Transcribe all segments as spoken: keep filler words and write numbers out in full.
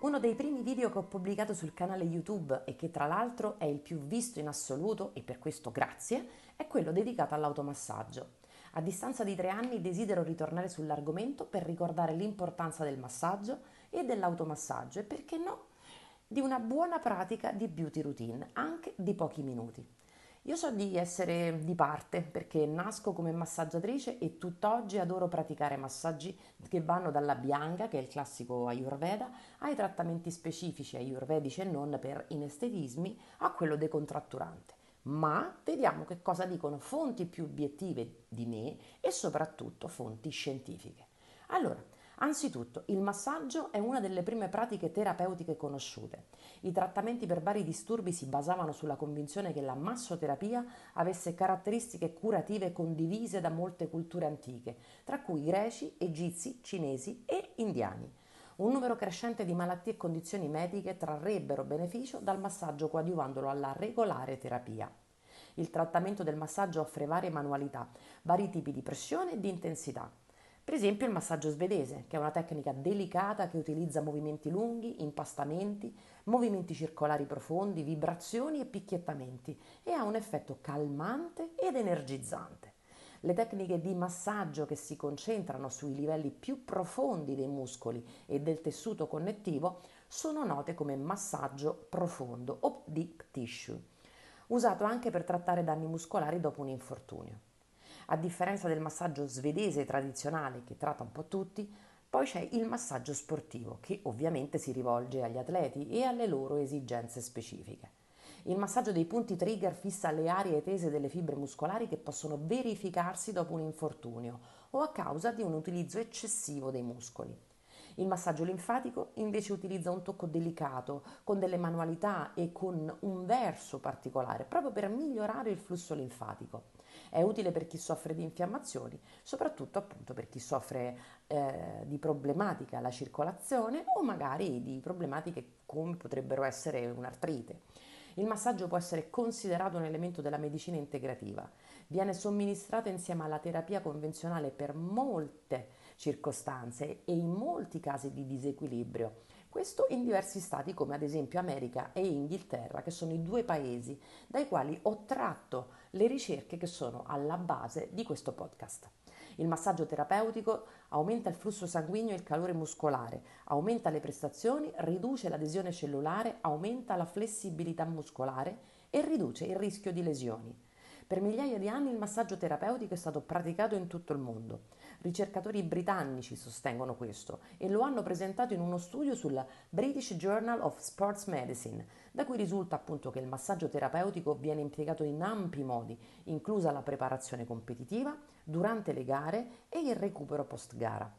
Uno dei primi video che ho pubblicato sul canale YouTube e che tra l'altro è il più visto in assoluto e per questo grazie, è quello dedicato all'automassaggio. A distanza di tre anni desidero ritornare sull'argomento per ricordare l'importanza del massaggio e dell'automassaggio e perché no, di una buona pratica di beauty routine, anche di pochi minuti. Io so di essere di parte perché nasco come massaggiatrice e tutt'oggi adoro praticare massaggi che vanno dalla bianca, che è il classico Ayurveda, ai trattamenti specifici ayurvedici e non per inestetismi, a quello decontratturante. Ma vediamo che cosa dicono fonti più obiettive di me e soprattutto fonti scientifiche. Allora, anzitutto, il massaggio è una delle prime pratiche terapeutiche conosciute. I trattamenti per vari disturbi si basavano sulla convinzione che la massoterapia avesse caratteristiche curative condivise da molte culture antiche, tra cui greci, egizi, cinesi e indiani. Un numero crescente di malattie e condizioni mediche trarrebbero beneficio dal massaggio coadiuvandolo alla regolare terapia. Il trattamento del massaggio offre varie manualità, vari tipi di pressione e di intensità. Per esempio il massaggio svedese, che è una tecnica delicata che utilizza movimenti lunghi, impastamenti, movimenti circolari profondi, vibrazioni e picchiettamenti e ha un effetto calmante ed energizzante. Le tecniche di massaggio che si concentrano sui livelli più profondi dei muscoli e del tessuto connettivo sono note come massaggio profondo o deep tissue, usato anche per trattare danni muscolari dopo un infortunio. A differenza del massaggio svedese tradizionale che tratta un po' tutti, poi c'è il massaggio sportivo che ovviamente si rivolge agli atleti e alle loro esigenze specifiche. Il massaggio dei punti trigger fissa le aree tese delle fibre muscolari che possono verificarsi dopo un infortunio o a causa di un utilizzo eccessivo dei muscoli. Il massaggio linfatico invece utilizza un tocco delicato, con delle manualità e con un verso particolare, proprio per migliorare il flusso linfatico. È utile per chi soffre di infiammazioni, soprattutto appunto per chi soffre eh, di problematica alla circolazione o magari di problematiche come potrebbero essere un'artrite. Il massaggio può essere considerato un elemento della medicina integrativa. Viene somministrato insieme alla terapia convenzionale per molte circostanze e in molti casi di disequilibrio. Questo in diversi stati come ad esempio America e Inghilterra, che sono i due paesi dai quali ho tratto le ricerche che sono alla base di questo podcast. Il massaggio terapeutico aumenta il flusso sanguigno e il calore muscolare, aumenta le prestazioni, riduce l'adesione cellulare, aumenta la flessibilità muscolare e riduce il rischio di lesioni. Per migliaia di anni il massaggio terapeutico è stato praticato in tutto il mondo. Ricercatori britannici sostengono questo e lo hanno presentato in uno studio sul British Journal of Sports Medicine, da cui risulta appunto che il massaggio terapeutico viene impiegato in ampi modi, inclusa la preparazione competitiva, durante le gare e il recupero post gara.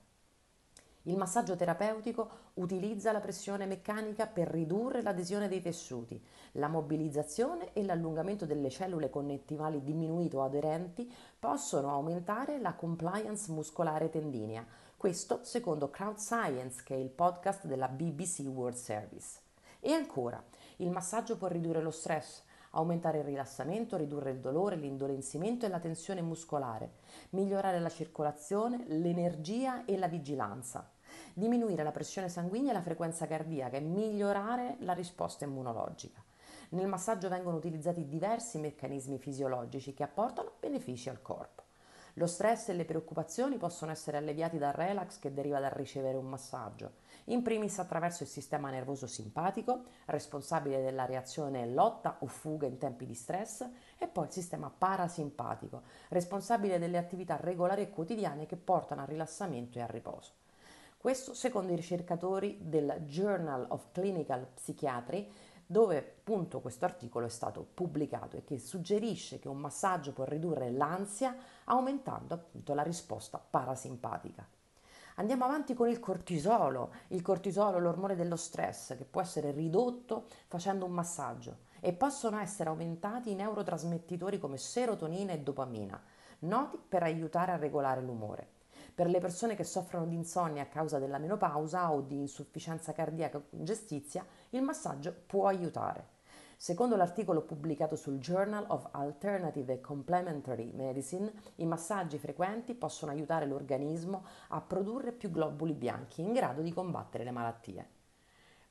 Il massaggio terapeutico utilizza la pressione meccanica per ridurre l'adesione dei tessuti, la mobilizzazione e l'allungamento delle cellule connettivali diminuite o aderenti possono aumentare la compliance muscolare tendinea. Questo secondo Crowd Science, che è il podcast della B B C World Service. E ancora, il massaggio può ridurre lo stress, aumentare il rilassamento, ridurre il dolore, l'indolenzimento e la tensione muscolare, migliorare la circolazione, l'energia e la vigilanza, diminuire la pressione sanguigna e la frequenza cardiaca e migliorare la risposta immunologica. Nel massaggio vengono utilizzati diversi meccanismi fisiologici che apportano benefici al corpo. Lo stress e le preoccupazioni possono essere alleviati dal relax che deriva dal ricevere un massaggio, in primis attraverso il sistema nervoso simpatico, responsabile della reazione lotta o fuga in tempi di stress, e poi il sistema parasimpatico, responsabile delle attività regolari e quotidiane che portano al rilassamento e al riposo. Questo secondo i ricercatori del Journal of Clinical Psychiatry, dove appunto questo articolo è stato pubblicato e che suggerisce che un massaggio può ridurre l'ansia aumentando appunto la risposta parasimpatica. Andiamo avanti con il cortisolo, il cortisolo, l'ormone dello stress, che può essere ridotto facendo un massaggio e possono essere aumentati i neurotrasmettitori come serotonina e dopamina, noti per aiutare a regolare l'umore. Per le persone che soffrono di insonnia a causa della menopausa o di insufficienza cardiaca o congestizia, il massaggio può aiutare. Secondo l'articolo pubblicato sul Journal of Alternative and Complementary Medicine, i massaggi frequenti possono aiutare l'organismo a produrre più globuli bianchi in grado di combattere le malattie.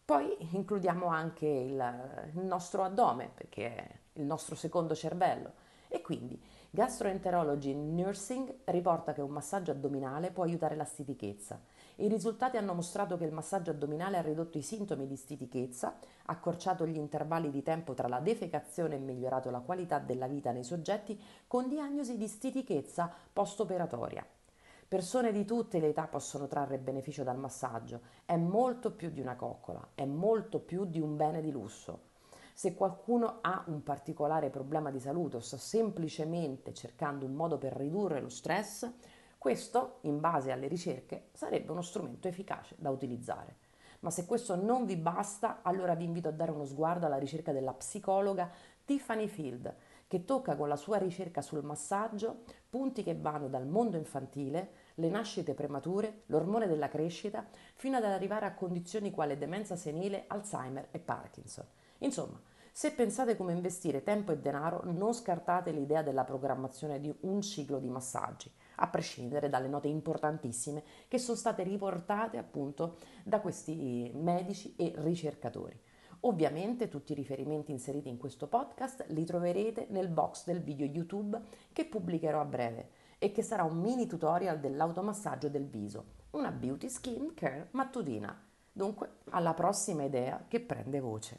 Poi includiamo anche il, il nostro addome, perché è il nostro secondo cervello. E quindi Gastroenterology Nursing riporta che un massaggio addominale può aiutare la stitichezza. I risultati hanno mostrato che il massaggio addominale ha ridotto i sintomi di stitichezza, accorciato gli intervalli di tempo tra la defecazione e migliorato la qualità della vita nei soggetti con diagnosi di stitichezza post-operatoria. Persone di tutte le età possono trarre beneficio dal massaggio, è molto più di una coccola, è molto più di un bene di lusso. Se qualcuno ha un particolare problema di salute o sta semplicemente cercando un modo per ridurre lo stress, questo, in base alle ricerche, sarebbe uno strumento efficace da utilizzare. Ma se questo non vi basta, allora vi invito a dare uno sguardo alla ricerca della psicologa Tiffany Field, che tocca con la sua ricerca sul massaggio punti che vanno dal mondo infantile, le nascite premature, l'ormone della crescita, fino ad arrivare a condizioni quali demenza senile, Alzheimer e Parkinson. Insomma, se pensate come investire tempo e denaro, non scartate l'idea della programmazione di un ciclo di massaggi, a prescindere dalle note importantissime che sono state riportate appunto da questi medici e ricercatori. Ovviamente tutti i riferimenti inseriti in questo podcast li troverete nel box del video YouTube che pubblicherò a breve e che sarà un mini tutorial dell'automassaggio del viso, una beauty skin care mattutina. Dunque, alla prossima idea che prende voce.